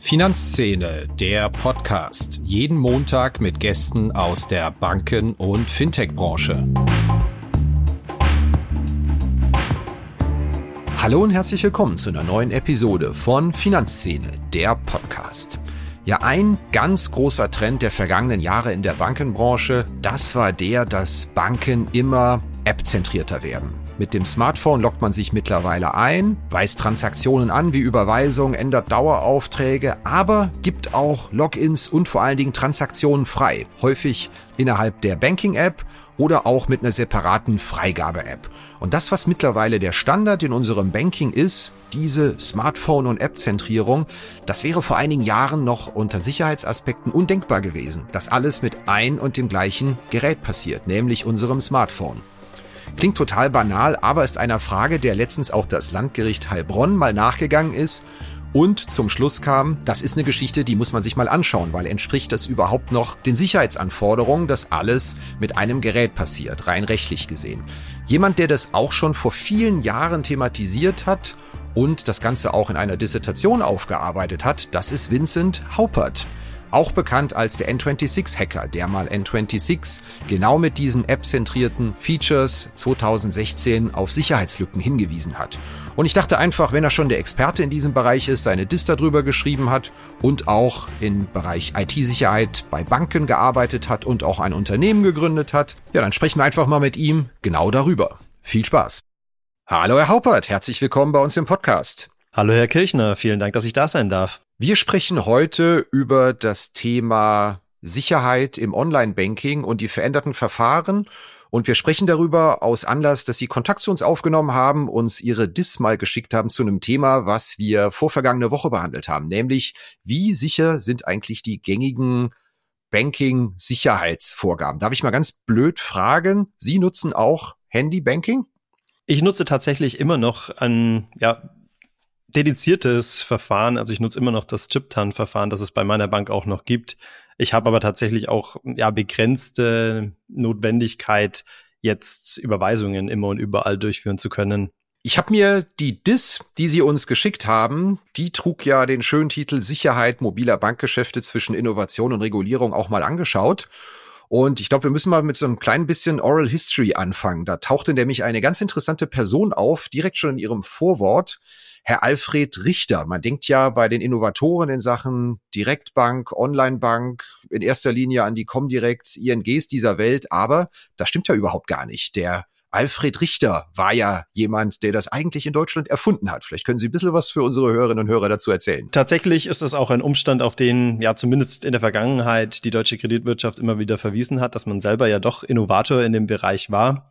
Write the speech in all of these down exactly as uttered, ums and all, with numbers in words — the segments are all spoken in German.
Finanzszene, der Podcast. Jeden Montag mit Gästen aus der Banken- und Fintech-Branche. Hallo und herzlich willkommen zu einer neuen Episode von Finanzszene, der Podcast. Ja, ein ganz großer Trend der vergangenen Jahre in der Bankenbranche, das war der, dass Banken immer app-zentrierter werden. Mit dem Smartphone loggt man sich mittlerweile ein, weist Transaktionen an wie Überweisungen, ändert Daueraufträge, aber gibt auch Logins und vor allen Dingen Transaktionen frei. Häufig innerhalb der Banking-App oder auch mit einer separaten Freigabe-App. Und das, was mittlerweile der Standard in unserem Banking ist, diese Smartphone- und App-Zentrierung, das wäre vor einigen Jahren noch unter Sicherheitsaspekten undenkbar gewesen, dass alles mit ein und dem gleichen Gerät passiert, nämlich unserem Smartphone. Klingt total banal, aber ist einer Frage, der letztens auch das Landgericht Heilbronn mal nachgegangen ist und zum Schluss kam, das ist eine Geschichte, die muss man sich mal anschauen, weil entspricht das überhaupt noch den Sicherheitsanforderungen, dass alles mit einem Gerät passiert, rein rechtlich gesehen. Jemand, der das auch schon vor vielen Jahren thematisiert hat und das Ganze auch in einer Dissertation aufgearbeitet hat, das ist Vincent Haupert. Auch bekannt als der N sechsundzwanzig Hacker, der mal N sechsundzwanzig genau mit diesen app-zentrierten Features zwanzig sechzehn auf Sicherheitslücken hingewiesen hat. Und ich dachte einfach, wenn er schon der Experte in diesem Bereich ist, seine Diss darüber geschrieben hat und auch im Bereich I T-Sicherheit bei Banken gearbeitet hat und auch ein Unternehmen gegründet hat, ja, dann sprechen wir einfach mal mit ihm genau darüber. Viel Spaß. Hallo Herr Haupert, herzlich willkommen bei uns im Podcast. Hallo Herr Kirchner, vielen Dank, dass ich da sein darf. Wir sprechen heute über das Thema Sicherheit im Online-Banking und die veränderten Verfahren. Und wir sprechen darüber aus Anlass, dass Sie Kontakt zu uns aufgenommen haben, uns Ihre Diss mal geschickt haben zu einem Thema, was wir vorvergangene Woche behandelt haben. Nämlich, wie sicher sind eigentlich die gängigen Banking-Sicherheitsvorgaben? Darf ich mal ganz blöd fragen, Sie nutzen auch Handy-Banking? Ich nutze tatsächlich immer noch ein, ja, dediziertes Verfahren, also ich nutze immer noch das Chip-T A N-Verfahren, das es bei meiner Bank auch noch gibt. Ich habe aber tatsächlich auch ja begrenzte Notwendigkeit, jetzt Überweisungen immer und überall durchführen zu können. Ich habe mir die Diss, die Sie uns geschickt haben, die trug ja den schönen Titel Sicherheit mobiler Bankgeschäfte zwischen Innovation und Regulierung auch mal angeschaut. Und ich glaube, wir müssen mal mit so einem kleinen bisschen Oral History anfangen. Da tauchte nämlich eine ganz interessante Person auf, direkt schon in ihrem Vorwort, Herr Alfred Richter. Man denkt ja bei den Innovatoren in Sachen Direktbank, Onlinebank, in erster Linie an die Comdirects, I N Gs dieser Welt, aber das stimmt ja überhaupt gar nicht. Der Alfred Richter war ja jemand, der das eigentlich in Deutschland erfunden hat. Vielleicht können Sie ein bisschen was für unsere Hörerinnen und Hörer dazu erzählen. Tatsächlich ist es auch ein Umstand, auf den ja zumindest in der Vergangenheit die deutsche Kreditwirtschaft immer wieder verwiesen hat, dass man selber ja doch Innovator in dem Bereich war.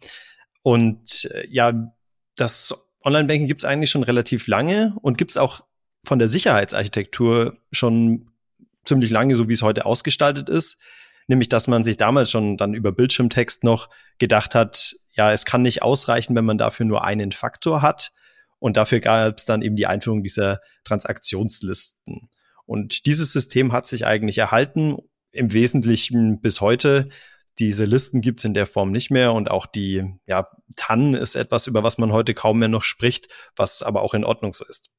Und ja, das Online-Banking gibt es eigentlich schon relativ lange und gibt es auch von der Sicherheitsarchitektur schon ziemlich lange, so wie es heute ausgestaltet ist. Nämlich, dass man sich damals schon dann über Bildschirmtext noch gedacht hat, ja, es kann nicht ausreichen, wenn man dafür nur einen Faktor hat. Und dafür gab es dann eben die Einführung dieser Transaktionslisten. Und dieses System hat sich eigentlich erhalten, im Wesentlichen bis heute. Diese Listen gibt's in der Form nicht mehr und auch die ja, T A N ist etwas, über was man heute kaum mehr noch spricht, was aber auch in Ordnung so ist.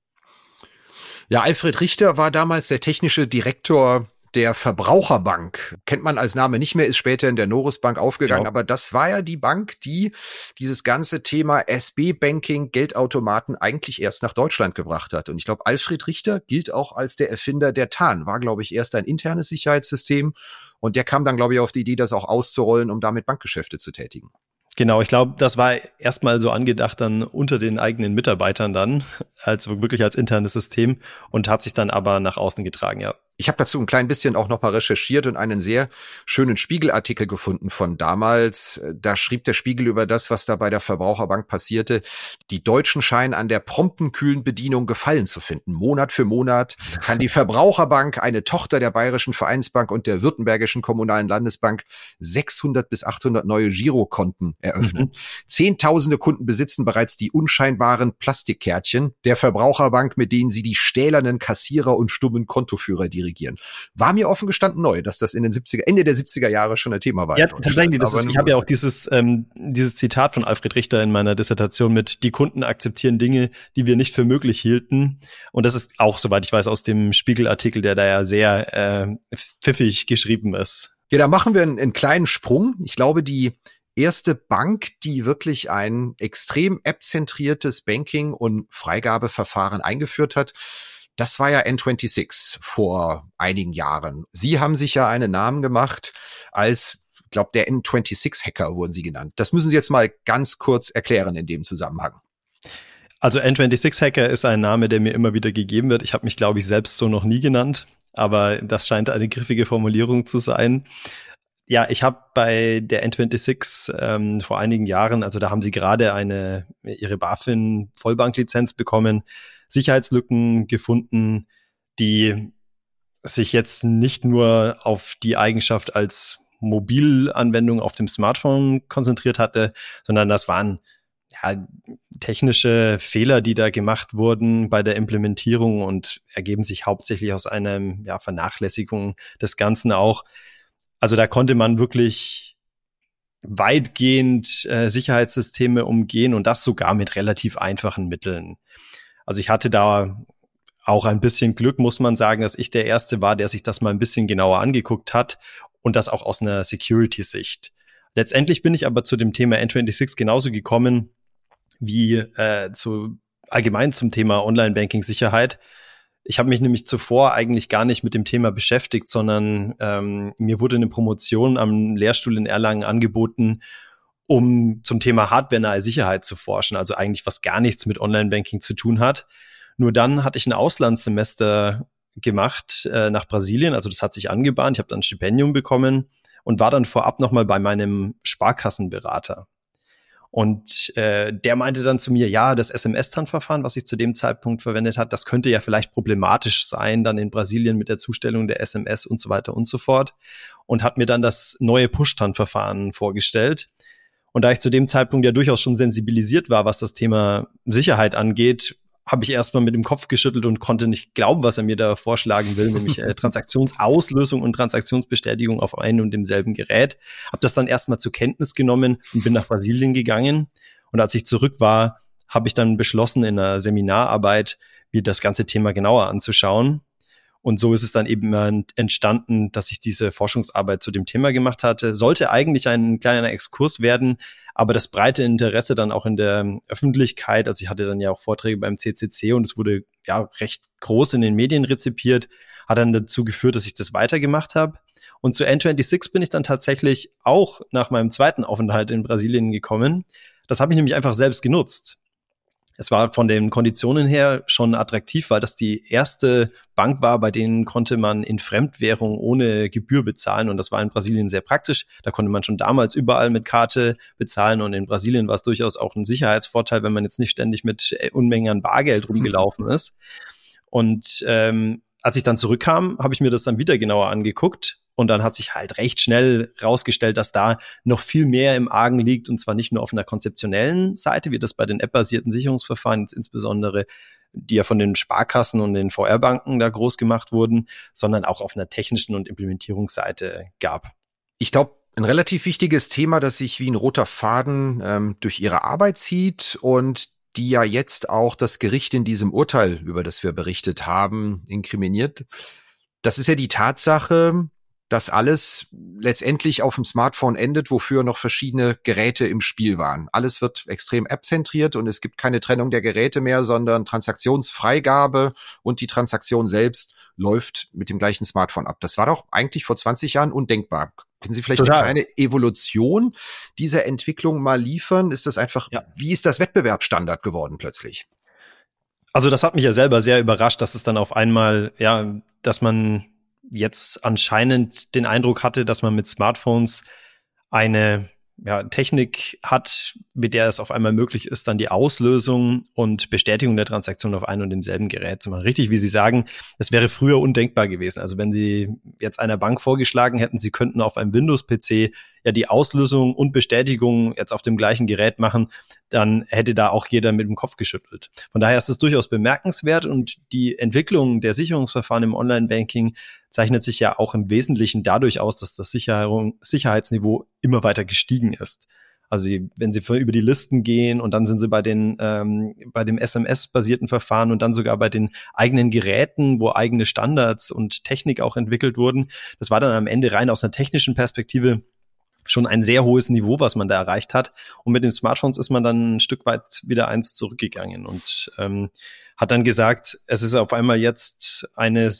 Ja, Alfred Richter war damals der technische Direktor der Verbraucherbank. Kennt man als Name nicht mehr, ist später in der Noris Bank aufgegangen, genau. Aber das war ja die Bank, die dieses ganze Thema S B-Banking, Geldautomaten eigentlich erst nach Deutschland gebracht hat. Und ich glaube, Alfred Richter gilt auch als der Erfinder der T A N, war, glaube ich, erst ein internes Sicherheitssystem. Und der kam dann, glaube ich, auf die Idee, das auch auszurollen, um damit Bankgeschäfte zu tätigen. Genau, ich glaube, das war erstmal so angedacht dann unter den eigenen Mitarbeitern dann, also wirklich als internes System und hat sich dann aber nach außen getragen, ja. Ich habe dazu ein klein bisschen auch noch mal recherchiert und einen sehr schönen Spiegelartikel gefunden von damals. Da schrieb der Spiegel über das, was da bei der Verbraucherbank passierte. Die Deutschen scheinen an der prompten, kühlen Bedienung Gefallen zu finden. Monat für Monat kann die Verbraucherbank, eine Tochter der Bayerischen Vereinsbank und der Württembergischen Kommunalen Landesbank, sechshundert bis achthundert neue Girokonten eröffnen. Mhm. Zehntausende Kunden besitzen bereits die unscheinbaren Plastikkärtchen der Verbraucherbank, mit denen sie die stählernen Kassierer und stummen Kontoführer dirigieren. dirigieren. War mir offen gestanden neu, dass das in den siebziger, Ende der siebziger Jahre schon ein Thema war. Ja, tatsächlich, das ist, ich habe ja auch dieses ähm, dieses Zitat von Alfred Richter in meiner Dissertation mit: Die Kunden akzeptieren Dinge, die wir nicht für möglich hielten. Und das ist auch, soweit ich weiß, aus dem Spiegelartikel, der da ja sehr äh, pfiffig geschrieben ist. Ja, da machen wir einen, einen kleinen Sprung. Ich glaube, die erste Bank, die wirklich ein extrem app-zentriertes Banking- und Freigabeverfahren eingeführt hat, das war ja N sechsundzwanzig vor einigen Jahren. Sie haben sich ja einen Namen gemacht als, ich glaube, der N sechsundzwanzig-Hacker wurden Sie genannt. Das müssen Sie jetzt mal ganz kurz erklären in dem Zusammenhang. Also N sechsundzwanzig-Hacker ist ein Name, der mir immer wieder gegeben wird. Ich habe mich, glaube ich, selbst so noch nie genannt, aber das scheint eine griffige Formulierung zu sein. Ja, ich habe bei der N sechsundzwanzig ähm, vor einigen Jahren, also da haben sie gerade eine ihre BaFin-Vollbanklizenz bekommen, Sicherheitslücken gefunden, die sich jetzt nicht nur auf die Eigenschaft als Mobilanwendung auf dem Smartphone konzentriert hatte, sondern das waren ja technische Fehler, die da gemacht wurden bei der Implementierung und ergeben sich hauptsächlich aus einer ja, Vernachlässigung des Ganzen auch. Also da konnte man wirklich weitgehend äh, Sicherheitssysteme umgehen und das sogar mit relativ einfachen Mitteln. Also ich hatte da auch ein bisschen Glück, muss man sagen, dass ich der Erste war, der sich das mal ein bisschen genauer angeguckt hat und das auch aus einer Security-Sicht. Letztendlich bin ich aber zu dem Thema N sechsundzwanzig genauso gekommen wie äh, zu allgemein zum Thema Online-Banking-Sicherheit. Ich habe mich nämlich zuvor eigentlich gar nicht mit dem Thema beschäftigt, sondern ähm, mir wurde eine Promotion am Lehrstuhl in Erlangen angeboten, um zum Thema hardwarenahe Sicherheit zu forschen, also eigentlich was gar nichts mit Online-Banking zu tun hat. Nur dann hatte ich ein Auslandssemester gemacht äh, nach Brasilien, also das hat sich angebahnt, ich habe dann ein Stipendium bekommen und war dann vorab nochmal bei meinem Sparkassenberater. Und äh, der meinte dann zu mir, ja, das S M S-T A N-Verfahren, was ich zu dem Zeitpunkt verwendet hat, das könnte ja vielleicht problematisch sein, dann in Brasilien mit der Zustellung der S M S und so weiter und so fort. Und hat mir dann das neue Push-T A N-Verfahren vorgestellt. Und da ich zu dem Zeitpunkt ja durchaus schon sensibilisiert war, was das Thema Sicherheit angeht, habe ich erstmal mit dem Kopf geschüttelt und konnte nicht glauben, was er mir da vorschlagen will, nämlich äh, Transaktionsauslösung und Transaktionsbestätigung auf einem und demselben Gerät. Habe das dann erstmal zur Kenntnis genommen und bin nach Brasilien gegangen. Und als ich zurück war, habe ich dann beschlossen, in einer Seminararbeit mir das ganze Thema genauer anzuschauen. Und so ist es dann eben entstanden, dass ich diese Forschungsarbeit zu dem Thema gemacht hatte. Sollte eigentlich ein kleiner Exkurs werden, aber das breite Interesse dann auch in der Öffentlichkeit, also ich hatte dann ja auch Vorträge beim C C C und es wurde ja recht groß in den Medien rezipiert, hat dann dazu geführt, dass ich das weitergemacht habe. Und zu N sechsundzwanzig bin ich dann tatsächlich auch nach meinem zweiten Aufenthalt in Brasilien gekommen. Das habe ich nämlich einfach selbst genutzt. Es war von den Konditionen her schon attraktiv, weil das die erste Bank war, bei denen konnte man in Fremdwährung ohne Gebühr bezahlen. Und das war in Brasilien sehr praktisch. Da konnte man schon damals überall mit Karte bezahlen. Und in Brasilien war es durchaus auch ein Sicherheitsvorteil, wenn man jetzt nicht ständig mit Unmengen an Bargeld rumgelaufen ist. Und ähm, als ich dann zurückkam, habe ich mir das dann wieder genauer angeguckt. Und dann hat sich halt recht schnell rausgestellt, dass da noch viel mehr im Argen liegt. Und zwar nicht nur auf einer konzeptionellen Seite, wie das bei den app-basierten Sicherungsverfahren jetzt insbesondere, die ja von den Sparkassen und den V R-Banken da groß gemacht wurden, sondern auch auf einer technischen und Implementierungsseite gab. Ich glaube, ein relativ wichtiges Thema, das sich wie ein roter Faden ähm, durch Ihre Arbeit zieht und die ja jetzt auch das Gericht in diesem Urteil, über das wir berichtet haben, inkriminiert. Das ist ja die Tatsache, dass alles letztendlich auf dem Smartphone endet, wofür noch verschiedene Geräte im Spiel waren. Alles wird extrem app-zentriert und es gibt keine Trennung der Geräte mehr, sondern Transaktionsfreigabe und die Transaktion selbst läuft mit dem gleichen Smartphone ab. Das war doch eigentlich vor zwanzig Jahren undenkbar. Können Sie vielleicht Total. Eine kleine Evolution dieser Entwicklung mal liefern? Ist das einfach, ja. Wie ist das Wettbewerbsstandard geworden plötzlich? Also das hat mich ja selber sehr überrascht, dass es dann auf einmal, ja, dass man jetzt anscheinend den Eindruck hatte, dass man mit Smartphones eine ja, Technik hat, mit der es auf einmal möglich ist, dann die Auslösung und Bestätigung der Transaktion auf einem und demselben Gerät zu machen. Richtig, wie Sie sagen, es wäre früher undenkbar gewesen. Also wenn Sie jetzt einer Bank vorgeschlagen hätten, Sie könnten auf einem Windows-P C ja die Auslösung und Bestätigung jetzt auf dem gleichen Gerät machen, dann hätte da auch jeder mit dem Kopf geschüttelt. Von daher ist es durchaus bemerkenswert und die Entwicklung der Sicherungsverfahren im Online-Banking zeichnet sich ja auch im Wesentlichen dadurch aus, dass das Sicherung, Sicherheitsniveau immer weiter gestiegen ist. Also die, wenn Sie über die Listen gehen und dann sind Sie bei den ähm, bei dem S M S-basierten Verfahren und dann sogar bei den eigenen Geräten, wo eigene Standards und Technik auch entwickelt wurden. Das war dann am Ende rein aus einer technischen Perspektive schon ein sehr hohes Niveau, was man da erreicht hat. Und mit den Smartphones ist man dann ein Stück weit wieder eins zurückgegangen und ähm, hat dann gesagt, es ist auf einmal jetzt eine,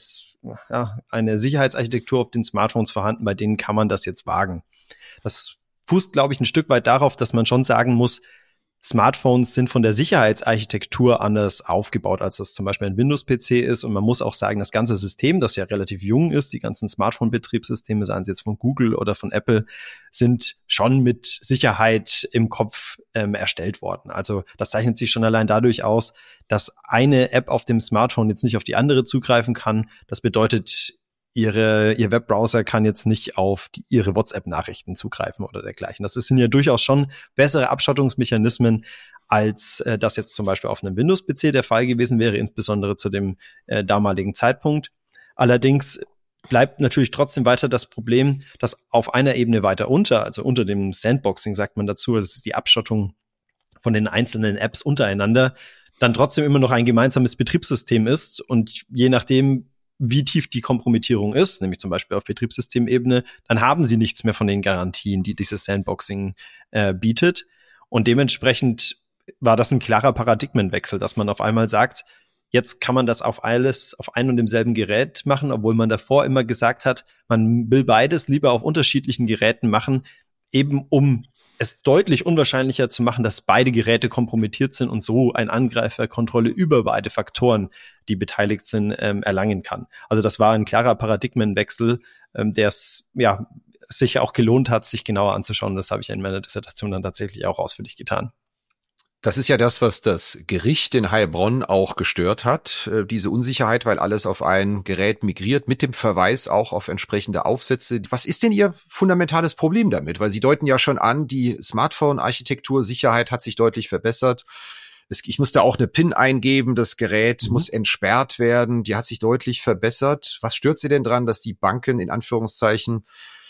ja, eine Sicherheitsarchitektur auf den Smartphones vorhanden, bei denen kann man das jetzt wagen. Das fußt, glaube ich, ein Stück weit darauf, dass man schon sagen muss, Smartphones sind von der Sicherheitsarchitektur anders aufgebaut, als das zum Beispiel ein Windows-P C ist. Und man muss auch sagen, das ganze System, das ja relativ jung ist, die ganzen Smartphone-Betriebssysteme, seien sie jetzt von Google oder von Apple, sind schon mit Sicherheit im Kopf ähm, erstellt worden. Also das zeichnet sich schon allein dadurch aus, dass eine App auf dem Smartphone jetzt nicht auf die andere zugreifen kann. Das bedeutet, Ihre, Ihr Webbrowser kann jetzt nicht auf die, Ihre WhatsApp-Nachrichten zugreifen oder dergleichen. Das sind ja durchaus schon bessere Abschottungsmechanismen, als äh, das jetzt zum Beispiel auf einem Windows-P C der Fall gewesen wäre, insbesondere zu dem äh, damaligen Zeitpunkt. Allerdings bleibt natürlich trotzdem weiter das Problem, dass auf einer Ebene weiter unter, also unter dem Sandboxing sagt man dazu, das ist die Abschottung von den einzelnen Apps untereinander, dann trotzdem immer noch ein gemeinsames Betriebssystem ist und je nachdem, wie tief die Kompromittierung ist, nämlich zum Beispiel auf Betriebssystemebene, dann haben sie nichts mehr von den Garantien, die dieses Sandboxing äh, bietet. Und dementsprechend war das ein klarer Paradigmenwechsel, dass man auf einmal sagt, jetzt kann man das auf alles, auf ein und demselben Gerät machen, obwohl man davor immer gesagt hat, man will beides lieber auf unterschiedlichen Geräten machen, eben um es deutlich unwahrscheinlicher zu machen, dass beide Geräte kompromittiert sind und so ein Angreifer Kontrolle über beide Faktoren, die beteiligt sind, ähm, erlangen kann. Also das war ein klarer Paradigmenwechsel, ähm, der es ja sicher auch gelohnt hat, sich genauer anzuschauen. Das habe ich in meiner Dissertation dann tatsächlich auch ausführlich getan. Das ist ja das, was das Gericht in Heilbronn auch gestört hat, diese Unsicherheit, weil alles auf ein Gerät migriert, mit dem Verweis auch auf entsprechende Aufsätze. Was ist denn Ihr fundamentales Problem damit? Weil Sie deuten ja schon an, die Smartphone-Architektur, Sicherheit hat sich deutlich verbessert. Ich musste auch eine PIN eingeben, das Gerät mhm. muss entsperrt werden, die hat sich deutlich verbessert. Was stört Sie denn dran, dass die Banken in Anführungszeichen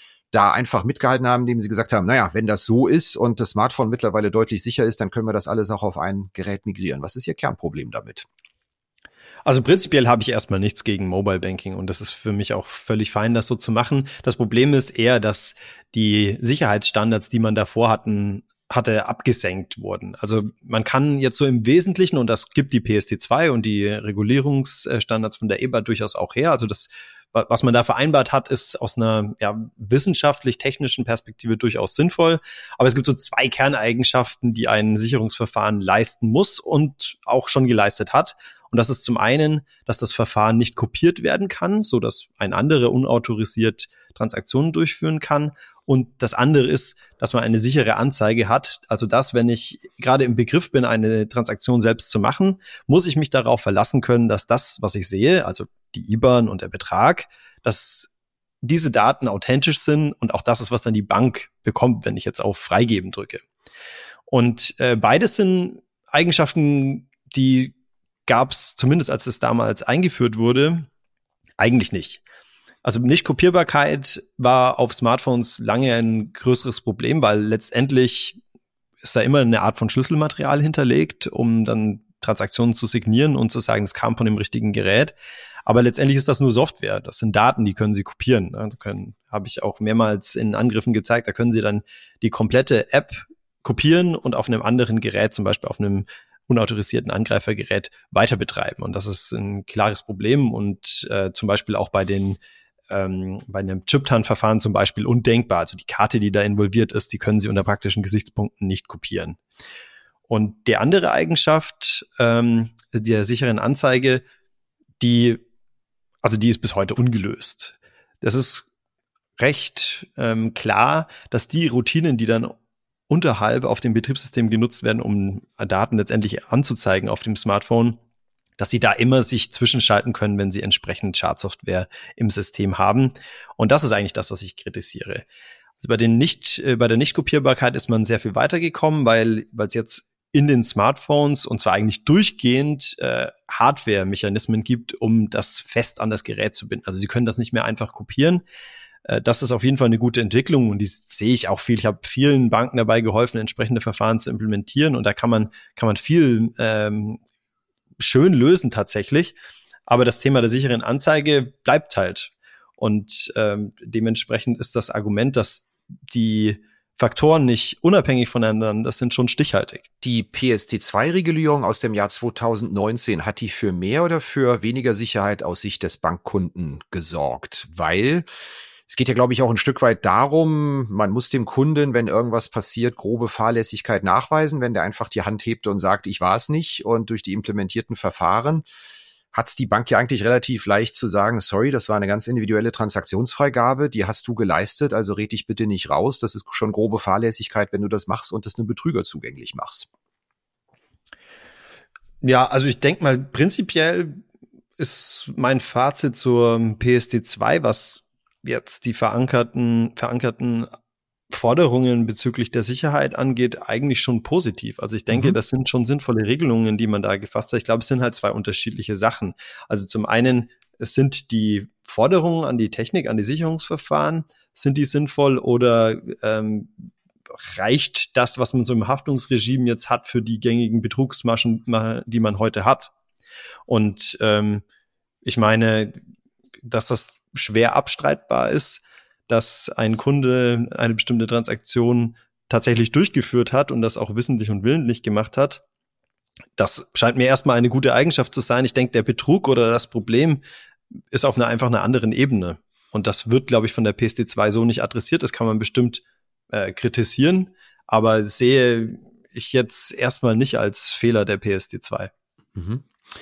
da einfach mitgehalten haben, indem sie gesagt haben, naja, wenn das so ist und das Smartphone mittlerweile deutlich sicher ist, dann können wir das alles auch auf ein Gerät migrieren. Was ist Ihr Kernproblem damit? Also prinzipiell habe ich erstmal nichts gegen Mobile Banking und das ist für mich auch völlig fein, das so zu machen. Das Problem ist eher, dass die Sicherheitsstandards, die man davor hatten, hatte, abgesenkt wurden. Also man kann jetzt so im Wesentlichen, und das gibt die P S D zwei und die Regulierungsstandards von der E B A durchaus auch her, also das was man da vereinbart hat, ist aus einer ja, wissenschaftlich-technischen Perspektive durchaus sinnvoll. Aber es gibt so zwei Kerneigenschaften, die ein Sicherungsverfahren leisten muss und auch schon geleistet hat. Und das ist zum einen, dass das Verfahren nicht kopiert werden kann, so dass ein anderer unautorisiert Transaktionen durchführen kann. Und das andere ist, dass man eine sichere Anzeige hat. Also dass, wenn ich gerade im Begriff bin, eine Transaktion selbst zu machen, muss ich mich darauf verlassen können, dass das, was ich sehe, also die I B A N und der Betrag, dass diese Daten authentisch sind und auch das ist, was dann die Bank bekommt, wenn ich jetzt auf Freigeben drücke. Und äh, beides sind Eigenschaften, die gab es, zumindest als es damals eingeführt wurde, eigentlich nicht. Also Nicht-Kopierbarkeit war auf Smartphones lange ein größeres Problem, weil letztendlich ist da immer eine Art von Schlüsselmaterial hinterlegt, um dann Transaktionen zu signieren und zu sagen, es kam von dem richtigen Gerät. Aber letztendlich ist das nur Software. Das sind Daten, die können Sie kopieren. Also können, habe ich auch mehrmals in Angriffen gezeigt, da können Sie dann die komplette App kopieren und auf einem anderen Gerät, zum Beispiel auf einem unautorisierten Angreifergerät, weiter betreiben. Und das ist ein klares Problem und äh, zum Beispiel auch bei den ähm, bei einem Chip-Tan-Verfahren zum Beispiel undenkbar. Also die Karte, die da involviert ist, die können Sie unter praktischen Gesichtspunkten nicht kopieren. Und die andere Eigenschaft ähm, der sicheren Anzeige, die also die ist bis heute ungelöst. Das ist recht ähm, klar, dass die Routinen, die dann unterhalb auf dem Betriebssystem genutzt werden, um Daten letztendlich anzuzeigen auf dem Smartphone, dass sie da immer sich zwischenschalten können, wenn sie entsprechend Schadsoftware im System haben. Und das ist eigentlich das, was ich kritisiere. Also bei den nicht, äh, bei der Nichtkopierbarkeit ist man sehr viel weitergekommen, weil weil es jetzt in den Smartphones und zwar eigentlich durchgehend äh, Hardware-Mechanismen gibt, um das fest an das Gerät zu binden. Also Sie können das nicht mehr einfach kopieren. Äh, das ist auf jeden Fall eine gute Entwicklung und die sehe ich auch viel. Ich habe vielen Banken dabei geholfen, entsprechende Verfahren zu implementieren und da kann man kann man viel ähm, schön lösen tatsächlich. Aber das Thema der sicheren Anzeige bleibt halt. Und ähm, dementsprechend ist das Argument, dass die Faktoren nicht unabhängig voneinander sind, schon stichhaltig. Die P S D zwei Regulierung aus dem Jahr zweitausendneunzehn, hat die für mehr oder für weniger Sicherheit aus Sicht des Bankkunden gesorgt? Weil es geht ja, glaube ich, auch ein Stück weit darum, man muss dem Kunden, wenn irgendwas passiert, grobe Fahrlässigkeit nachweisen, wenn der einfach die Hand hebt und sagt, ich war es nicht. Und durch die implementierten Verfahren hat es die Bank ja eigentlich relativ leicht zu sagen, sorry, das war eine ganz individuelle Transaktionsfreigabe, die hast du geleistet, also red dich bitte nicht raus. Das ist schon grobe Fahrlässigkeit, wenn du das machst und das einem Betrüger zugänglich machst. Ja, also ich denke mal, prinzipiell ist mein Fazit zur P S D zwei, was jetzt die verankerten, verankerten Forderungen bezüglich der Sicherheit angeht, eigentlich schon positiv. Also ich denke, mhm. das sind schon sinnvolle Regelungen, die man da gefasst hat. Ich glaube, es sind halt zwei unterschiedliche Sachen. Also zum einen, es sind die Forderungen an die Technik, an die Sicherungsverfahren, sind die sinnvoll oder ähm, reicht das, was man so im Haftungsregime jetzt hat, für die gängigen Betrugsmaschen, die man heute hat? Und ähm, ich meine, dass das schwer abstreitbar ist, dass ein Kunde eine bestimmte Transaktion tatsächlich durchgeführt hat und das auch wissentlich und willentlich gemacht hat. Das scheint mir erstmal eine gute Eigenschaft zu sein. Ich denke, der Betrug oder das Problem ist auf einer einfach einer anderen Ebene. Und das wird, glaube ich, von der P S D zwei so nicht adressiert. Das kann man bestimmt äh, kritisieren, aber sehe ich jetzt erstmal nicht als Fehler der P S D zwei. Mhm.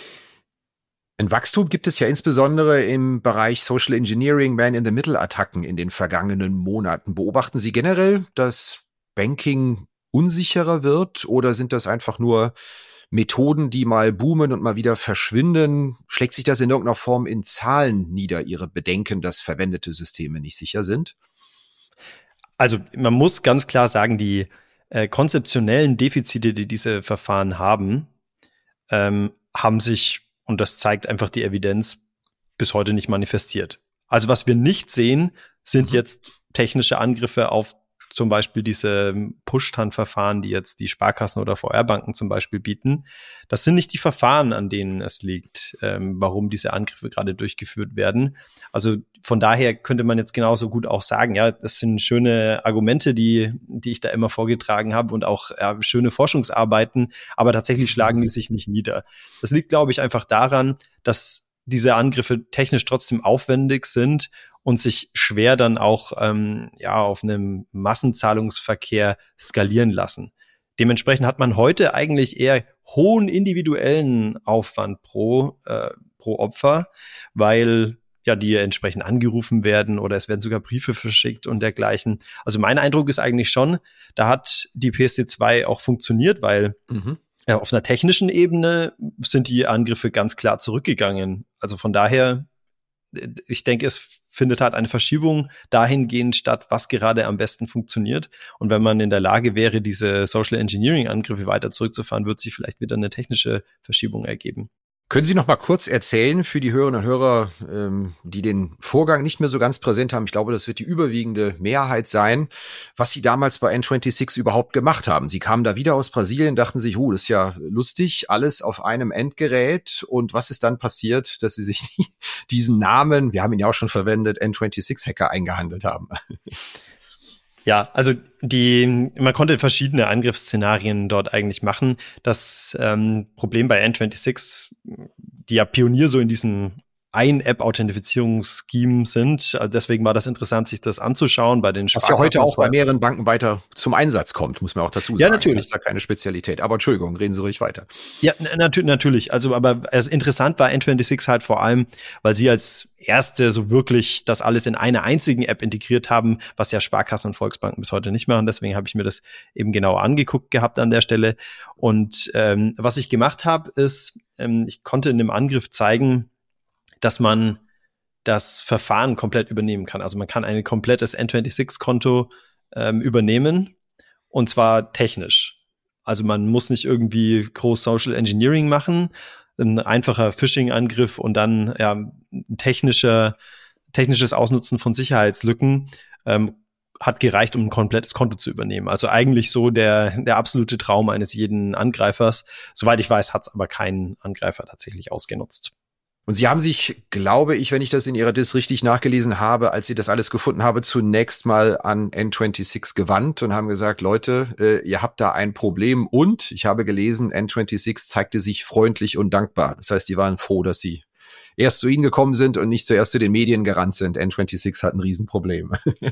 Ein Wachstum gibt es ja insbesondere im Bereich Social Engineering, Man-in-the-Middle-Attacken in den vergangenen Monaten. Beobachten Sie generell, dass Banking unsicherer wird oder sind das einfach nur Methoden, die mal boomen und mal wieder verschwinden? Schlägt sich das in irgendeiner Form in Zahlen nieder, Ihre Bedenken, dass verwendete Systeme nicht sicher sind? Also man muss ganz klar sagen, die äh, konzeptionellen Defizite, die diese Verfahren haben, ähm, haben sich, und das zeigt einfach die Evidenz, bis heute nicht manifestiert. Also was wir nicht sehen, sind mhm. jetzt technische Angriffe auf zum Beispiel diese Push-Tan-Verfahren, die jetzt die Sparkassen oder V R-Banken zum Beispiel bieten. Das sind nicht die Verfahren, an denen es liegt, ähm, warum diese Angriffe gerade durchgeführt werden. Also von daher könnte man jetzt genauso gut auch sagen, ja, das sind schöne Argumente, die die ich da immer vorgetragen habe und auch ja, schöne Forschungsarbeiten, aber tatsächlich schlagen die sich nicht nieder. Das liegt, glaube ich, einfach daran, dass diese Angriffe technisch trotzdem aufwendig sind und sich schwer dann auch ähm, ja auf einem Massenzahlungsverkehr skalieren lassen. Dementsprechend hat man heute eigentlich eher hohen individuellen Aufwand pro äh, pro Opfer, weil ja die entsprechend angerufen werden oder es werden sogar Briefe verschickt und dergleichen. Also mein Eindruck ist eigentlich schon, da hat die P S D zwei auch funktioniert, weil mhm. ja, auf einer technischen Ebene sind die Angriffe ganz klar zurückgegangen. Also von daher, ich denke, es findet halt eine Verschiebung dahingehend statt, was gerade am besten funktioniert. Und wenn man in der Lage wäre, diese Social Engineering Angriffe weiter zurückzufahren, wird sich vielleicht wieder eine technische Verschiebung ergeben. Können Sie noch mal kurz erzählen für die Hörerinnen und Hörer, ähm, die den Vorgang nicht mehr so ganz präsent haben, ich glaube, das wird die überwiegende Mehrheit sein, was Sie damals bei N sechsundzwanzig überhaupt gemacht haben? Sie kamen da wieder aus Brasilien, dachten sich, huh, das ist ja lustig, alles auf einem Endgerät. Und was ist dann passiert, dass Sie sich diesen Namen, wir haben ihn ja auch schon verwendet, N sechsundzwanzig-Hacker eingehandelt haben? Ja, also die, man konnte verschiedene Angriffsszenarien dort eigentlich machen. Das ähm, Problem bei N sechsundzwanzig, die ja Pionier so in diesem Ein-App-Authentifizierungsscheme sind. Also deswegen war das interessant, sich das anzuschauen bei den Sparkassen. Was ja heute auch bei mehreren Banken weiter zum Einsatz kommt, muss man auch dazu sagen. Ja, natürlich. Das ist ja keine Spezialität. Aber Entschuldigung, reden Sie ruhig weiter. Ja, nat- natürlich. Also, aber also interessant war N sechsundzwanzig halt vor allem, weil sie als erste so wirklich das alles in einer einzigen App integriert haben, was ja Sparkassen und Volksbanken bis heute nicht machen. Deswegen habe ich mir das eben genau angeguckt gehabt an der Stelle. Und ähm, was ich gemacht habe, ist, ähm, ich konnte in dem Angriff zeigen, dass man das Verfahren komplett übernehmen kann. Also man kann ein komplettes N sechsundzwanzig-Konto ähm, übernehmen und zwar technisch. Also man muss nicht irgendwie groß Social Engineering machen, ein einfacher Phishing-Angriff und dann ja, ein technischer, technisches Ausnutzen von Sicherheitslücken ähm, hat gereicht, um ein komplettes Konto zu übernehmen. Also eigentlich so der, der absolute Traum eines jeden Angreifers. Soweit ich weiß, hat es aber kein Angreifer tatsächlich ausgenutzt. Und Sie haben sich, glaube ich, wenn ich das in Ihrer Diss richtig nachgelesen habe, als Sie das alles gefunden haben, zunächst mal an N sechsundzwanzig gewandt und haben gesagt, Leute, äh, ihr habt da ein Problem. Und ich habe gelesen, N sechsundzwanzig zeigte sich freundlich und dankbar. Das heißt, die waren froh, dass Sie erst zu Ihnen gekommen sind und nicht zuerst zu den Medien gerannt sind. N sechsundzwanzig hat ein Riesenproblem.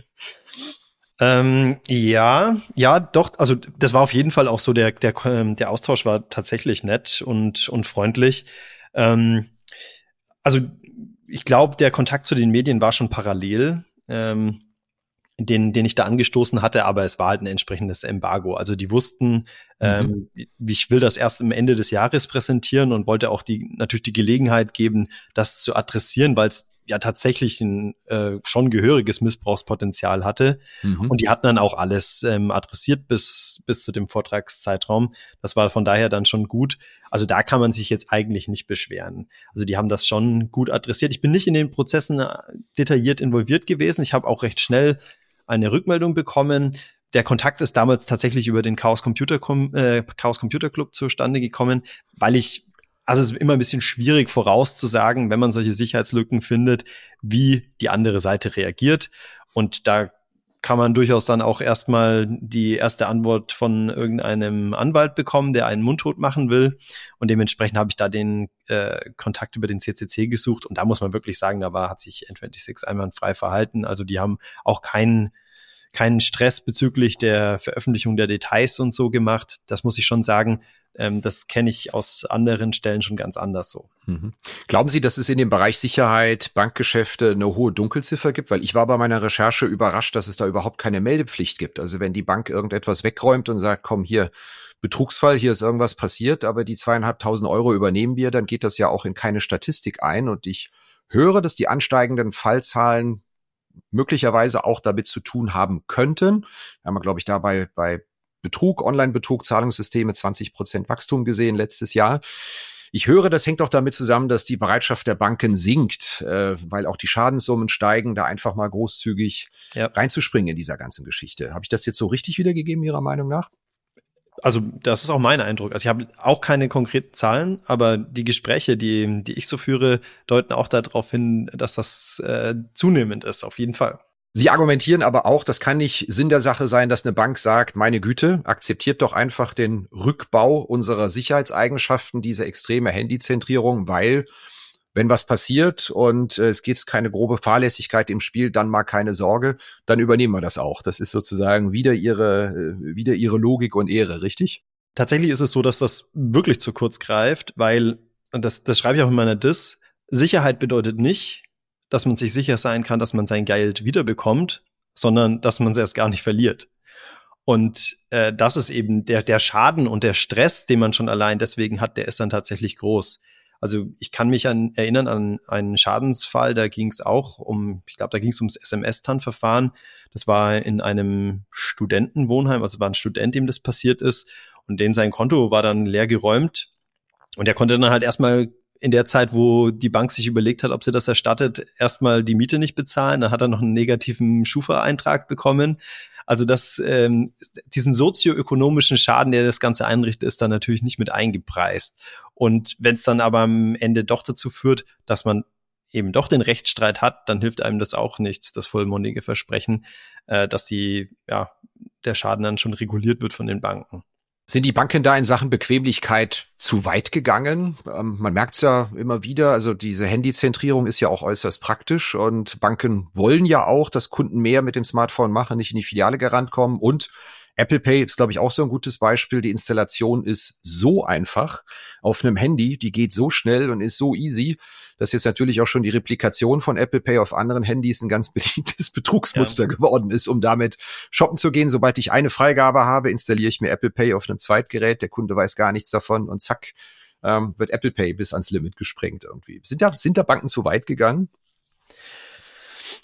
Ähm, ja, ja, doch, also das war auf jeden Fall auch so, der, der, der Austausch war tatsächlich nett und, und freundlich. Ähm, Also ich glaube, der Kontakt zu den Medien war schon parallel, ähm, den, den ich da angestoßen hatte, aber es war halt ein entsprechendes Embargo. Also die wussten, ähm, mhm. ich will das erst am Ende des Jahres präsentieren und wollte auch die natürlich die Gelegenheit geben, das zu adressieren, weil es ja tatsächlich ein äh, schon gehöriges Missbrauchspotenzial hatte. Mhm. Und die hatten dann auch alles ähm, adressiert bis bis zu dem Vortragszeitraum. Das war von daher dann schon gut. Also da kann man sich jetzt eigentlich nicht beschweren. Also die haben das schon gut adressiert. Ich bin nicht in den Prozessen detailliert involviert gewesen. Ich habe auch recht schnell eine Rückmeldung bekommen. Der Kontakt ist damals tatsächlich über den Chaos Computer, äh, Chaos Computer Club zustande gekommen, weil ich Also es ist immer ein bisschen schwierig vorauszusagen, wenn man solche Sicherheitslücken findet, wie die andere Seite reagiert. Und da kann man durchaus dann auch erstmal die erste Antwort von irgendeinem Anwalt bekommen, der einen mundtot machen will. Und dementsprechend habe ich da den äh, Kontakt über den C C C gesucht. Und da muss man wirklich sagen, da war, hat sich N sechsundzwanzig einwandfrei verhalten. Also die haben auch keinen keinen Stress bezüglich der Veröffentlichung der Details und so gemacht. Das muss ich schon sagen. Ähm, das kenne ich aus anderen Stellen schon ganz anders so. Mhm. Glauben Sie, dass es in dem Bereich Sicherheit, Bankgeschäfte eine hohe Dunkelziffer gibt? Weil ich war bei meiner Recherche überrascht, dass es da überhaupt keine Meldepflicht gibt. Also wenn die Bank irgendetwas wegräumt und sagt, komm hier, Betrugsfall, hier ist irgendwas passiert, aber die zweieinhalbtausend Euro übernehmen wir, dann geht das ja auch in keine Statistik ein. Und ich höre, dass die ansteigenden Fallzahlen möglicherweise auch damit zu tun haben könnten. Wir haben, glaube ich, dabei bei Betrug, Online-Betrug, Zahlungssysteme zwanzig Prozent Wachstum gesehen letztes Jahr. Ich höre, das hängt auch damit zusammen, dass die Bereitschaft der Banken sinkt, äh, weil auch die Schadenssummen steigen, da einfach mal großzügig ja. reinzuspringen in dieser ganzen Geschichte. Habe ich das jetzt so richtig wiedergegeben, Ihrer Meinung nach? Also das ist auch mein Eindruck. Also ich habe auch keine konkreten Zahlen, aber die Gespräche, die die ich so führe, deuten auch darauf hin, dass das äh, zunehmend ist, auf jeden Fall. Sie argumentieren aber auch, das kann nicht Sinn der Sache sein, dass eine Bank sagt, meine Güte, akzeptiert doch einfach den Rückbau unserer Sicherheitseigenschaften, diese extreme Handyzentrierung, weil wenn was passiert und äh, es geht keine grobe Fahrlässigkeit im Spiel, dann mal keine Sorge, dann übernehmen wir das auch. Das ist sozusagen wieder ihre, äh, wieder ihre Logik und Ehre, richtig? Tatsächlich ist es so, dass das wirklich zu kurz greift, weil, und das, das schreibe ich auch in meiner Diss, Sicherheit bedeutet nicht, dass man sich sicher sein kann, dass man sein Geld wiederbekommt, sondern dass man es erst gar nicht verliert. Und äh, das ist eben der, der Schaden und der Stress, den man schon allein deswegen hat, der ist dann tatsächlich groß. Also ich kann mich an, erinnern an einen Schadensfall, da ging es auch um, ich glaube, da ging es ums S M S-T A N-Verfahren. Das war in einem Studentenwohnheim, also war ein Student, dem das passiert ist. Und den sein Konto war dann leer geräumt. Und der konnte dann halt erstmal in der Zeit, wo die Bank sich überlegt hat, ob sie das erstattet, erstmal die Miete nicht bezahlen. Dann hat er noch einen negativen Schufa-Eintrag bekommen. Also das, ähm, diesen sozioökonomischen Schaden, der das Ganze einrichtet, ist dann natürlich nicht mit eingepreist. Und wenn es dann aber am Ende doch dazu führt, dass man eben doch den Rechtsstreit hat, dann hilft einem das auch nichts, das vollmundige Versprechen, äh, dass die, ja, der Schaden dann schon reguliert wird von den Banken. Sind die Banken da in Sachen Bequemlichkeit zu weit gegangen? Ähm, man merkt es ja immer wieder, also diese Handyzentrierung ist ja auch äußerst praktisch und Banken wollen ja auch, dass Kunden mehr mit dem Smartphone machen, nicht in die Filiale gerannt kommen. Und Apple Pay ist, glaube ich, auch so ein gutes Beispiel. Die Installation ist so einfach auf einem Handy, die geht so schnell und ist so easy, dass jetzt natürlich auch schon die Replikation von Apple Pay auf anderen Handys ein ganz beliebtes Betrugsmuster ja. geworden ist, um damit shoppen zu gehen. Sobald ich eine Freigabe habe, installiere ich mir Apple Pay auf einem Zweitgerät. Der Kunde weiß gar nichts davon und zack, ähm, wird Apple Pay bis ans Limit gesprengt irgendwie. Sind da, sind da Banken zu weit gegangen?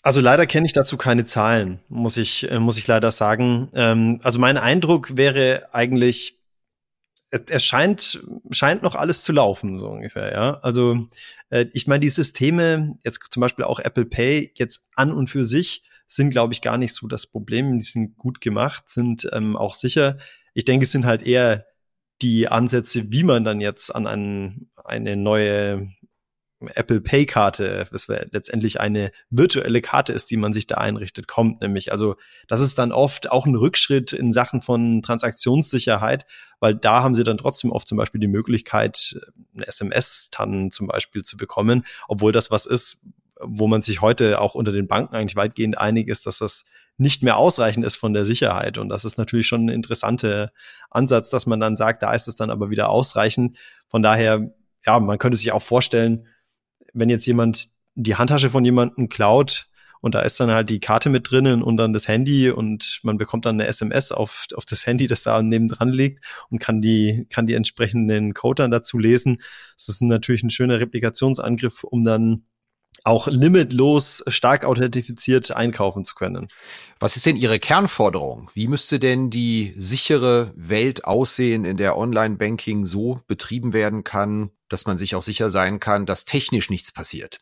Also leider kenne ich dazu keine Zahlen, muss ich, äh, muss ich leider sagen. Ähm, also mein Eindruck wäre eigentlich, es scheint, scheint noch alles zu laufen, so ungefähr, ja. Also, äh, ich meine, die Systeme, jetzt zum Beispiel auch Apple Pay, jetzt an und für sich, sind, glaube ich, gar nicht so das Problem. Die sind gut gemacht, sind ähm, auch sicher. Ich denke, es sind halt eher die Ansätze, wie man dann jetzt an einen, eine neue Apple Pay Karte, das letztendlich eine virtuelle Karte ist, die man sich da einrichtet, kommt nämlich. Also das ist dann oft auch ein Rückschritt in Sachen von Transaktionssicherheit, weil da haben sie dann trotzdem oft zum Beispiel die Möglichkeit, eine S M S-Tannen zum Beispiel zu bekommen, obwohl das was ist, wo man sich heute auch unter den Banken eigentlich weitgehend einig ist, dass das nicht mehr ausreichend ist von der Sicherheit. Und das ist natürlich schon ein interessanter Ansatz, dass man dann sagt, da ist es dann aber wieder ausreichend. Von daher, ja, man könnte sich auch vorstellen, wenn jetzt jemand die Handtasche von jemandem klaut und da ist dann halt die Karte mit drinnen und dann das Handy und man bekommt dann eine S M S auf, auf das Handy, das da nebendran liegt und kann die, kann die entsprechenden Code dann dazu lesen. Das ist natürlich ein schöner Replikationsangriff, um dann auch limitlos stark authentifiziert einkaufen zu können. Was ist denn Ihre Kernforderung? Wie müsste denn die sichere Welt aussehen, in der Online-Banking so betrieben werden kann, dass man sich auch sicher sein kann, dass technisch nichts passiert?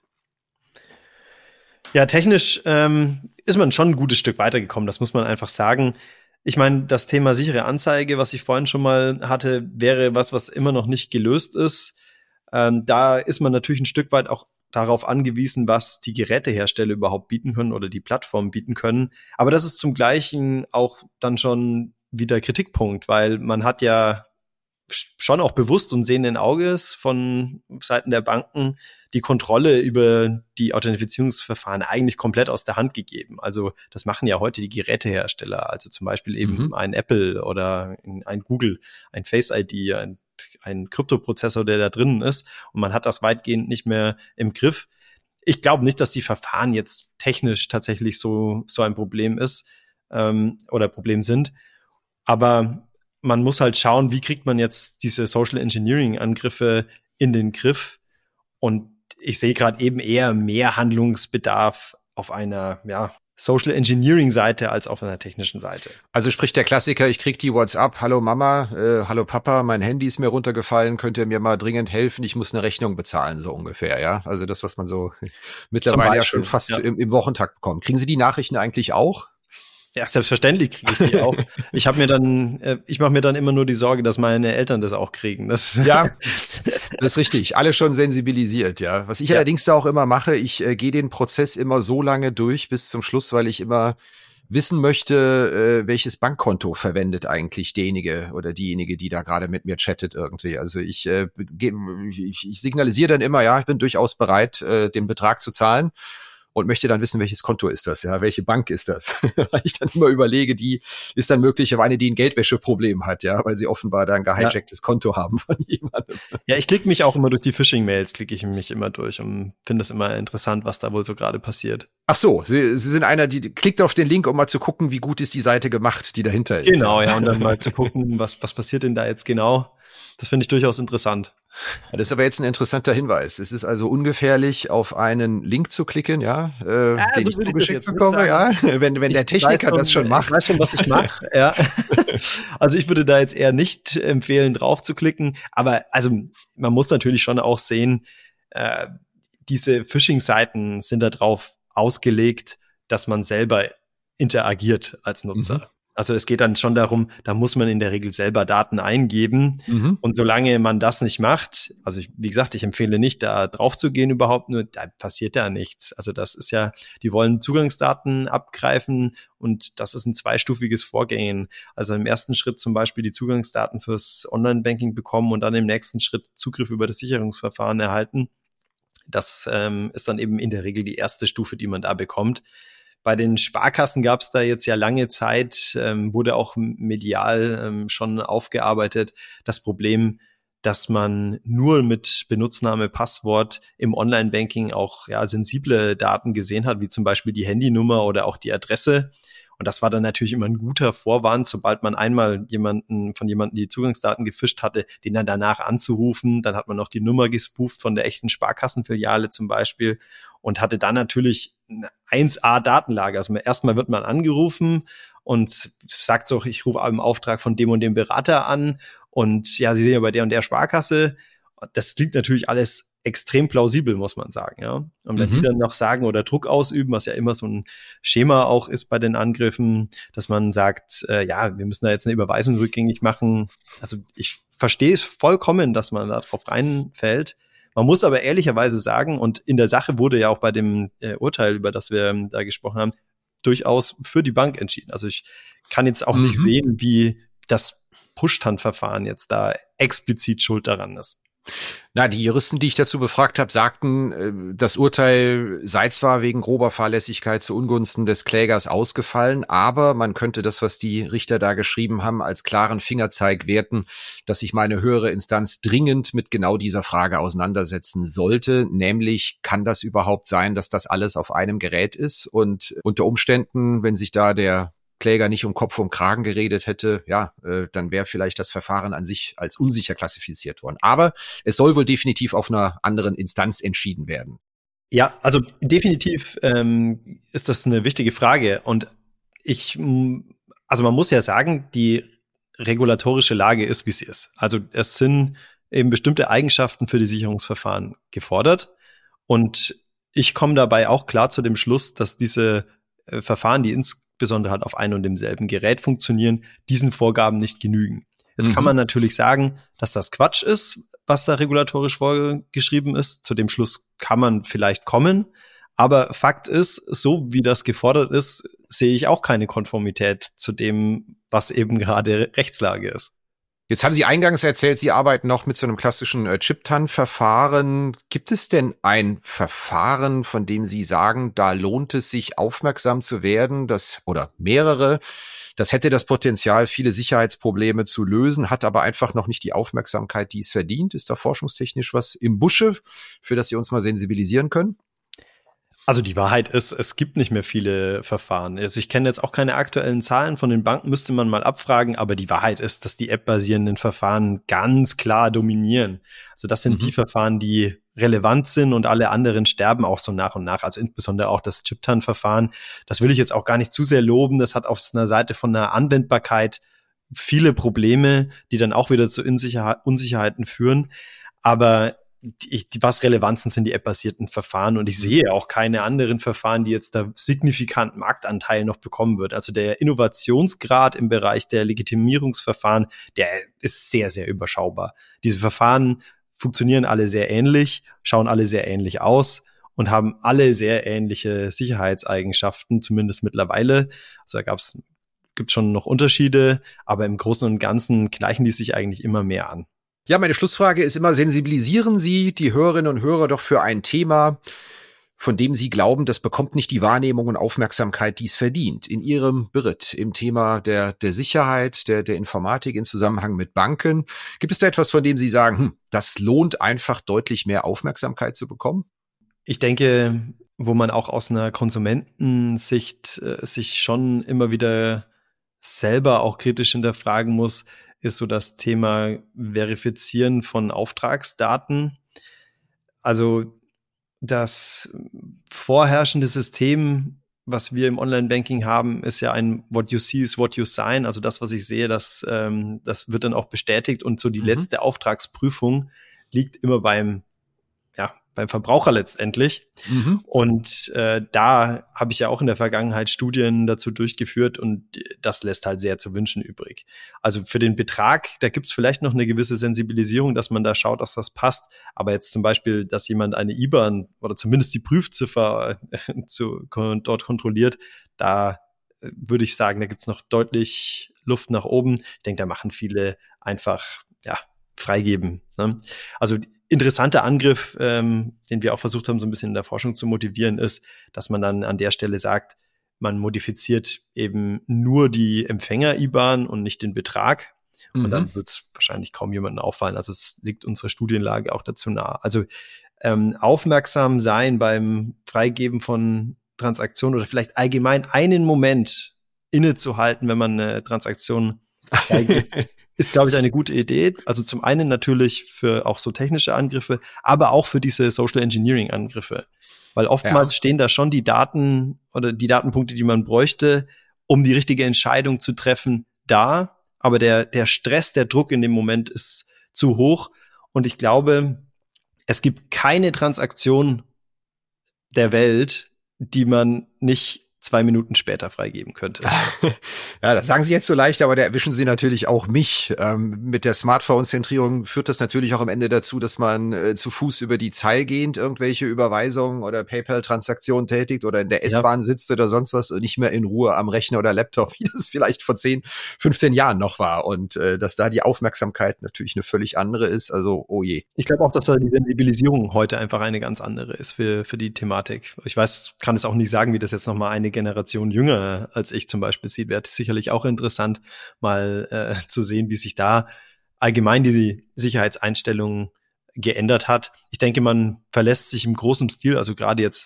Ja, technisch ähm, ist man schon ein gutes Stück weitergekommen, das muss man einfach sagen. Ich meine, das Thema sichere Anzeige, was ich vorhin schon mal hatte, wäre was, was immer noch nicht gelöst ist. Ähm, da ist man natürlich ein Stück weit auch darauf angewiesen, was die Gerätehersteller überhaupt bieten können oder die Plattformen bieten können. Aber das ist zum Gleichen auch dann schon wieder Kritikpunkt, weil man hat ja schon auch bewusst und sehenden Auges von Seiten der Banken die Kontrolle über die Authentifizierungsverfahren eigentlich komplett aus der Hand gegeben. Also das machen ja heute die Gerätehersteller, also zum Beispiel eben mhm. ein Apple oder ein Google, ein Face I D, ein ein Kryptoprozessor, der da drinnen ist und man hat das weitgehend nicht mehr im Griff. Ich glaube nicht, dass die Verfahren jetzt technisch tatsächlich so so ein Problem ist ähm, oder Problem sind, aber man muss halt schauen, wie kriegt man jetzt diese Social Engineering Angriffe in den Griff und ich sehe gerade eben eher mehr Handlungsbedarf auf einer, ja, Social Engineering Seite als auf einer technischen Seite. Also spricht der Klassiker, ich krieg die WhatsApp, hallo Mama, äh, hallo Papa, mein Handy ist mir runtergefallen, könnt ihr mir mal dringend helfen, ich muss eine Rechnung bezahlen, so ungefähr, ja. Also das, was man so mittlerweile ja schon fast ja. im, im Wochentakt bekommt. Kriegen Sie die Nachrichten eigentlich auch? Ja, selbstverständlich kriege ich die auch. Ich habe mir dann, äh, ich mache mir dann immer nur die Sorge, dass meine Eltern das auch kriegen. Das ja, das ist richtig. Alle schon sensibilisiert, ja. Was ich ja. allerdings da auch immer mache, ich äh, gehe den Prozess immer so lange durch bis zum Schluss, weil ich immer wissen möchte, äh, welches Bankkonto verwendet eigentlich derjenige oder diejenige, die da gerade mit mir chattet irgendwie. Also ich, äh, ge- ich, ich signalisiere dann immer, ja, ich bin durchaus bereit, äh, den Betrag zu zahlen. Und möchte dann wissen, welches Konto ist das, ja, welche Bank ist das? Weil ich dann immer überlege, die ist dann möglicherweise eine, die ein Geldwäscheproblem hat, ja, weil sie offenbar da ein gehijacktes ja. Konto haben von jemandem. Ja, ich klicke mich auch immer durch die Phishing-Mails, klicke ich mich immer durch und finde es immer interessant, was da wohl so gerade passiert. Ach so, Sie, Sie sind einer, die klickt auf den Link, um mal zu gucken, wie gut ist die Seite gemacht, die dahinter ist. Genau, ja, und dann mal zu gucken, was, was passiert denn da jetzt genau. Das finde ich durchaus interessant. Das ist aber jetzt ein interessanter Hinweis. Es ist also ungefährlich, auf einen Link zu klicken, ja, äh, ja den so ich zugeschickt bekomme, ja, wenn, wenn ich der Techniker schon, das schon macht. Ich weiß schon, was ich mache, ja. Also ich würde da jetzt eher nicht empfehlen, drauf zu klicken, aber also man muss natürlich schon auch sehen, äh, diese Phishing-Seiten sind da drauf ausgelegt, dass man selber interagiert als Nutzer. Mhm. Also es geht dann schon darum, da muss man in der Regel selber Daten eingeben. Mhm. Und solange man das nicht macht, also ich, wie gesagt, ich empfehle nicht, da drauf zu gehen überhaupt, nur da passiert da nichts. Also das ist ja, die wollen Zugangsdaten abgreifen und das ist ein zweistufiges Vorgehen. Also im ersten Schritt zum Beispiel die Zugangsdaten fürs Online-Banking bekommen und dann im nächsten Schritt Zugriff über das Sicherungsverfahren erhalten. Das ähm, ist dann eben in der Regel die erste Stufe, die man da bekommt. Bei den Sparkassen gab es da jetzt ja lange Zeit, ähm, wurde auch medial ähm, schon aufgearbeitet, das Problem, dass man nur mit Benutzname, Passwort im Online-Banking auch ja sensible Daten gesehen hat, wie zum Beispiel die Handynummer oder auch die Adresse. Und das war dann natürlich immer ein guter Vorwand, sobald man einmal jemanden von jemandem die Zugangsdaten gefischt hatte, den dann danach anzurufen. Dann hat man noch die Nummer gespooft von der echten Sparkassenfiliale zum Beispiel und hatte dann natürlich eine eins A Datenlage. Also erstmal wird man angerufen und sagt so, ich rufe im Auftrag von dem und dem Berater an und ja, Sie sind ja bei der und der Sparkasse. Das klingt natürlich alles extrem plausibel, muss man sagen, ja. Und wenn mhm. die dann noch sagen oder Druck ausüben, was ja immer so ein Schema auch ist bei den Angriffen, dass man sagt, äh, ja, wir müssen da jetzt eine Überweisung rückgängig machen. Also ich verstehe es vollkommen, dass man da drauf reinfällt. Man muss aber ehrlicherweise sagen, und in der Sache wurde ja auch bei dem äh, Urteil, über das wir ähm, da gesprochen haben, durchaus für die Bank entschieden. Also ich kann jetzt auch mhm. nicht sehen, wie das Push-Tan-Verfahren jetzt da explizit schuld daran ist. Na, die Juristen, die ich dazu befragt habe, sagten, das Urteil sei zwar wegen grober Fahrlässigkeit zu Ungunsten des Klägers ausgefallen, aber man könnte das, was die Richter da geschrieben haben, als klaren Fingerzeig werten, dass sich meine höhere Instanz dringend mit genau dieser Frage auseinandersetzen sollte, nämlich kann das überhaupt sein, dass das alles auf einem Gerät ist und unter Umständen, wenn sich da der Kläger nicht um Kopf und Kragen geredet hätte, ja, äh, dann wäre vielleicht das Verfahren an sich als unsicher klassifiziert worden. Aber es soll wohl definitiv auf einer anderen Instanz entschieden werden. Ja, also definitiv ähm, ist das eine wichtige Frage. Und ich, also man muss ja sagen, die regulatorische Lage ist, wie sie ist. Also es sind eben bestimmte Eigenschaften für die Sicherungsverfahren gefordert. Und ich komme dabei auch klar zu dem Schluss, dass diese äh, Verfahren, die ins besonders halt auf einem und demselben Gerät funktionieren, diesen Vorgaben nicht genügen. Jetzt mhm. kann man natürlich sagen, dass das Quatsch ist, was da regulatorisch vorgeschrieben ist. Zu dem Schluss kann man vielleicht kommen. Aber Fakt ist, so wie das gefordert ist, sehe ich auch keine Konformität zu dem, was eben gerade Rechtslage ist. Jetzt haben Sie eingangs erzählt, Sie arbeiten noch mit so einem klassischen äh, Chip-Tan-Verfahren. Gibt es denn ein Verfahren, von dem Sie sagen, da lohnt es sich, aufmerksam zu werden, das oder mehrere, das hätte das Potenzial, viele Sicherheitsprobleme zu lösen, hat aber einfach noch nicht die Aufmerksamkeit, die es verdient? Ist da forschungstechnisch was im Busche, für das Sie uns mal sensibilisieren können? Also die Wahrheit ist, es gibt nicht mehr viele Verfahren. Also ich kenne jetzt auch keine aktuellen Zahlen von den Banken, müsste man mal abfragen, aber die Wahrheit ist, dass die App-basierenden Verfahren ganz klar dominieren. Also das sind mhm. die Verfahren, die relevant sind und alle anderen sterben auch so nach und nach. Also insbesondere auch das Chip-Tan-Verfahren. Das will ich jetzt auch gar nicht zu sehr loben. Das hat auf einer Seite von der Anwendbarkeit viele Probleme, die dann auch wieder zu Unsicherheit, Unsicherheiten führen. Aber Die, die, was relevant sind, sind die app-basierten Verfahren und ich sehe auch keine anderen Verfahren, die jetzt da signifikant Marktanteil noch bekommen wird. Also der Innovationsgrad im Bereich der Legitimierungsverfahren, der ist sehr, sehr überschaubar. Diese Verfahren funktionieren alle sehr ähnlich, schauen alle sehr ähnlich aus und haben alle sehr ähnliche Sicherheitseigenschaften, zumindest mittlerweile. Also da gab's, gibt schon noch Unterschiede, aber im Großen und Ganzen gleichen die sich eigentlich immer mehr an. Ja, meine Schlussfrage ist immer, sensibilisieren Sie die Hörerinnen und Hörer doch für ein Thema, von dem Sie glauben, das bekommt nicht die Wahrnehmung und Aufmerksamkeit, die es verdient. In Ihrem Beritt im Thema der, der Sicherheit, der, der Informatik in Zusammenhang mit Banken. Gibt es da etwas, von dem Sie sagen, hm, das lohnt einfach deutlich mehr Aufmerksamkeit zu bekommen? Ich denke, wo man auch aus einer Konsumentensicht äh, sich schon immer wieder selber auch kritisch hinterfragen muss, ist so das Thema Verifizieren von Auftragsdaten. Also das vorherrschende System, was wir im Online-Banking haben, ist ja ein What you see is what you sign. Also das, was ich sehe, das, ähm, das wird dann auch bestätigt. Und so die mhm. letzte Auftragsprüfung liegt immer beim ja, beim Verbraucher letztendlich. Mhm. Und äh, da habe ich ja auch in der Vergangenheit Studien dazu durchgeführt und das lässt halt sehr zu wünschen übrig. Also für den Betrag, da gibt's vielleicht noch eine gewisse Sensibilisierung, dass man da schaut, dass das passt. Aber jetzt zum Beispiel, dass jemand eine I B A N oder zumindest die Prüfziffer äh, zu, dort kontrolliert, da äh, würde ich sagen, da gibt's noch deutlich Luft nach oben. Ich denke, da machen viele einfach, ja, freigeben. Ne? Also interessanter Angriff, ähm, den wir auch versucht haben, so ein bisschen in der Forschung zu motivieren, ist, dass man dann an der Stelle sagt, man modifiziert eben nur die Empfänger-I B A N und nicht den Betrag. Mhm. Und dann wird es wahrscheinlich kaum jemandem auffallen. Also es liegt unsere Studienlage auch dazu nahe. Also ähm, aufmerksam sein beim Freigeben von Transaktionen oder vielleicht allgemein einen Moment innezuhalten, wenn man eine Transaktion freigibt, ist, glaube ich, eine gute Idee. Also zum einen natürlich für auch so technische Angriffe, aber auch für diese Social Engineering Angriffe. Weil oftmals ja. stehen da schon die Daten oder die Datenpunkte, die man bräuchte, um die richtige Entscheidung zu treffen, da. Aber der, der Stress, der Druck in dem Moment ist zu hoch. Und ich glaube, es gibt keine Transaktion der Welt, die man nicht zwei Minuten später freigeben könnte. Ja, das sagen Sie jetzt so leicht, aber da erwischen Sie natürlich auch mich. Ähm, mit der Smartphone-Zentrierung führt das natürlich auch am Ende dazu, dass man äh, zu Fuß über die Zeil gehend irgendwelche Überweisungen oder PayPal-Transaktionen tätigt oder in der S-Bahn ja. sitzt oder sonst was und nicht mehr in Ruhe am Rechner oder Laptop, wie das vielleicht vor zehn, fünfzehn Jahren noch war. Und äh, dass da die Aufmerksamkeit natürlich eine völlig andere ist. Also, oh je. Ich glaube auch, dass da die Sensibilisierung heute einfach eine ganz andere ist für, für die Thematik. Ich weiß, kann es auch nicht sagen, wie das jetzt nochmal eine Generation jünger als ich zum Beispiel sieht, wäre sicherlich auch interessant, mal äh, zu sehen, wie sich da allgemein die Sicherheitseinstellung geändert hat. Ich denke, man verlässt sich im großen Stil, also gerade jetzt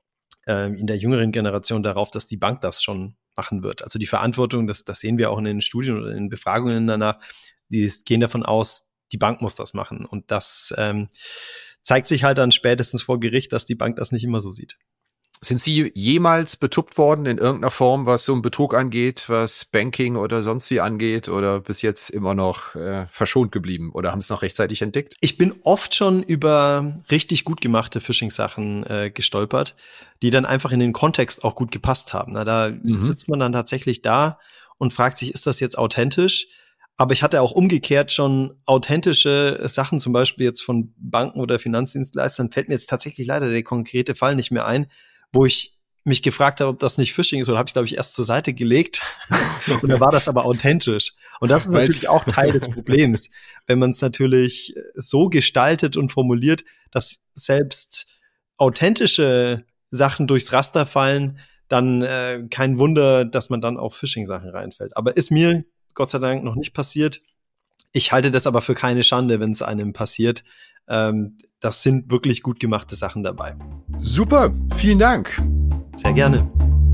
äh, in der jüngeren Generation darauf, dass die Bank das schon machen wird. Also die Verantwortung, das, das sehen wir auch in den Studien oder in den Befragungen danach, die gehen davon aus, die Bank muss das machen. Und das ähm, zeigt sich halt dann spätestens vor Gericht, dass die Bank das nicht immer so sieht. Sind Sie jemals betuppt worden in irgendeiner Form, was so einen Betrug angeht, was Banking oder sonst wie angeht, oder bis jetzt immer noch äh, verschont geblieben oder haben es noch rechtzeitig entdeckt? Ich bin oft schon über richtig gut gemachte Phishing-Sachen äh, gestolpert, die dann einfach in den Kontext auch gut gepasst haben. Na, da mhm. sitzt man dann tatsächlich da und fragt sich, ist das jetzt authentisch? Aber ich hatte auch umgekehrt schon authentische Sachen, zum Beispiel jetzt von Banken oder Finanzdienstleistern, fällt mir jetzt tatsächlich leider der konkrete Fall nicht mehr ein, wo ich mich gefragt habe, ob das nicht Phishing ist, oder habe ich, glaube ich, erst zur Seite gelegt. Und da war das aber authentisch. Und das ist natürlich auch Teil des Problems, wenn man es natürlich so gestaltet und formuliert, dass selbst authentische Sachen durchs Raster fallen, dann äh, kein Wunder, dass man dann auf Phishing-Sachen reinfällt. Aber ist mir Gott sei Dank noch nicht passiert. Ich halte das aber für keine Schande, wenn es einem passiert. Ähm, das sind wirklich gut gemachte Sachen dabei. Super, vielen Dank. Sehr gerne.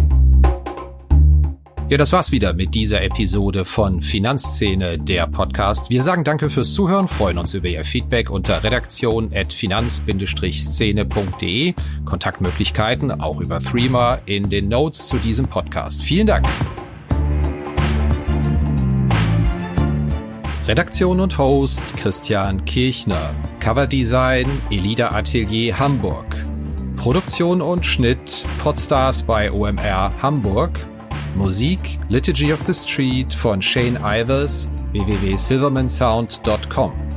Ja, das war's wieder mit dieser Episode von Finanzszene, der Podcast. Wir sagen danke fürs Zuhören, freuen uns über Ihr Feedback unter redaktion at finanz szene punkt de. Kontaktmöglichkeiten auch über Threema in den Notes zu diesem Podcast. Vielen Dank. Redaktion und Host Christian Kirchner. Coverdesign Elida Atelier Hamburg. Produktion und Schnitt Podstars bei O M R Hamburg. Musik Liturgy of the Street von Shane Ivers, w w w punkt silvermansound punkt com.